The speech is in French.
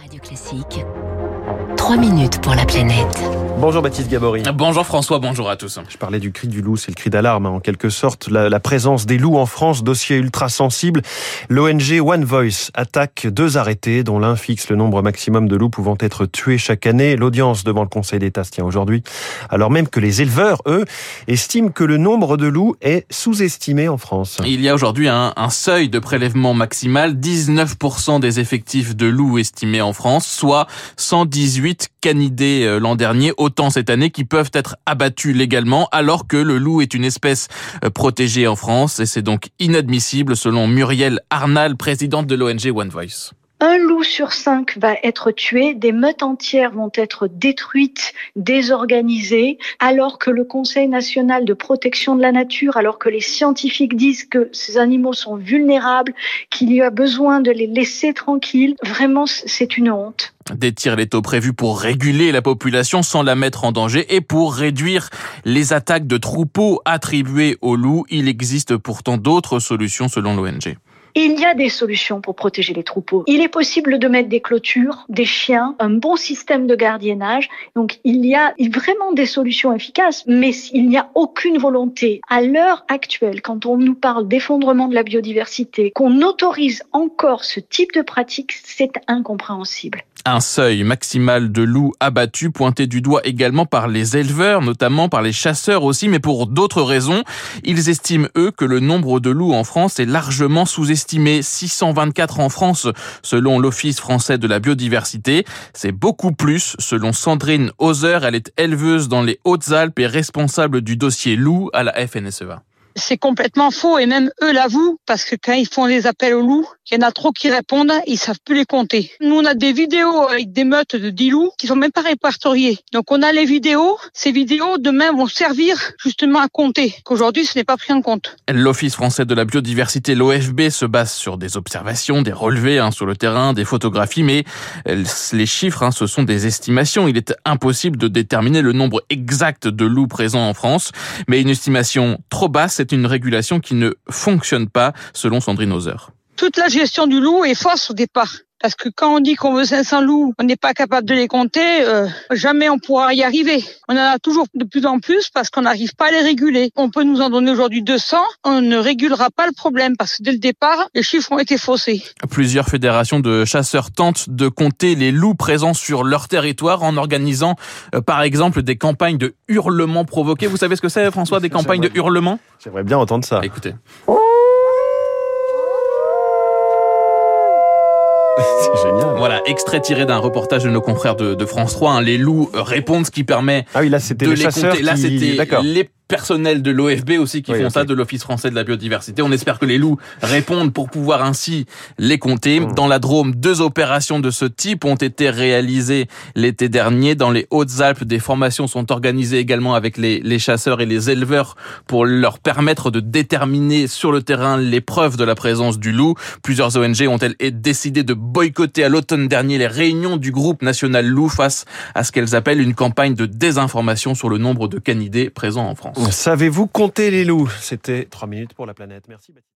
Radio Classique, 3 minutes pour la planète. Bonjour Baptiste Gabory. Bonjour François, bonjour à tous. Je parlais du cri du loup, c'est le cri d'alarme en quelque sorte. La présence des loups en France, dossier ultra sensible. L'ONG One Voice attaque 2 arrêtés dont l'un fixe le nombre maximum de loups pouvant être tués chaque année. L'audience devant le Conseil d'État se tient aujourd'hui, alors même que les éleveurs, eux, estiment que le nombre de loups est sous-estimé en France. Il y a aujourd'hui un seuil de prélèvement maximal, 19% des effectifs de loups estimés en France, soit 118 canidés l'an dernier, autant cette année, qui peuvent être abattus légalement, alors que le loup est une espèce protégée en France, et c'est donc inadmissible selon Muriel Arnal, présidente de l'ONG One Voice. Un loup sur 5 va être tué, des meutes entières vont être détruites, désorganisées, alors que le Conseil national de protection de la nature, alors que les scientifiques disent que ces animaux sont vulnérables, qu'il y a besoin de les laisser tranquilles. Vraiment, c'est une honte. Des tirs létaux prévus pour réguler la population sans la mettre en danger et pour réduire les attaques de troupeaux attribuées aux loups. Il existe pourtant d'autres solutions selon l'ONG. Il y a des solutions pour protéger les troupeaux. Il est possible de mettre des clôtures, des chiens, un bon système de gardiennage. Donc il y a vraiment des solutions efficaces, mais il n'y a aucune volonté. À l'heure actuelle, quand on nous parle d'effondrement de la biodiversité, qu'on autorise encore ce type de pratique, c'est incompréhensible. Un seuil maximal de loups abattus pointé du doigt également par les éleveurs, notamment par les chasseurs aussi, mais pour d'autres raisons. Ils estiment, eux, que le nombre de loups en France est largement sous-estimé. 624 en France, selon l'Office français de la biodiversité. C'est beaucoup plus, selon Sandrine Hauser. Elle est éleveuse dans les Hautes-Alpes et responsable du dossier loup à la FNSEA. C'est complètement faux et même eux l'avouent parce que quand ils font des appels aux loups, il y en a trop qui répondent, ils savent plus les compter. Nous on a des vidéos avec des meutes de 10 loups qui sont même pas répertoriées. Donc on a les vidéos, ces vidéos demain vont servir justement à compter, qu'aujourd'hui ce n'est pas pris en compte. L'Office français de la biodiversité, l'OFB, se base sur des observations, des relevés sur le terrain, des photographies, mais les chiffres ce sont des estimations. Il est impossible de déterminer le nombre exact de loups présents en France, mais une estimation trop basse, c'est une régulation qui ne fonctionne pas, selon Sandrine Hauser. Toute la gestion du loup est fausse au départ. Parce que quand on dit qu'on veut 500 loups, on n'est pas capable de les compter, jamais on pourra y arriver. On en a toujours de plus en plus parce qu'on n'arrive pas à les réguler. On peut nous en donner aujourd'hui 200, on ne régulera pas le problème parce que dès le départ, les chiffres ont été faussés. Plusieurs fédérations de chasseurs tentent de compter les loups présents sur leur territoire en organisant, par exemple, des campagnes de hurlements provoqués. Vous savez ce que c'est, François, des campagnes de hurlements ? J'aimerais bien entendre ça. Écoutez. C'est génial. Voilà, extrait tiré d'un reportage de nos confrères de France 3. Les loups répondent, ce qui permet là, c'était de les les chasseurs compter. Là, c'était D'accord. les personnels de l'OFB aussi qui font ça, de l'Office français de la biodiversité. On espère que les loups répondent pour pouvoir ainsi les compter. Dans la Drôme, 2 opérations de ce type ont été réalisées l'été dernier. Dans les Hautes-Alpes, des formations sont organisées également avec les chasseurs et les éleveurs pour leur permettre de déterminer sur le terrain les preuves de la présence du loup. Plusieurs ONG ont-elles décidé de boycotter à l'automne dernier les réunions du groupe national loup face à ce qu'elles appellent une campagne de désinformation sur le nombre de canidés présents en France. Savez-vous compter les loups ? C'était 3 minutes pour la planète. Merci Baptiste.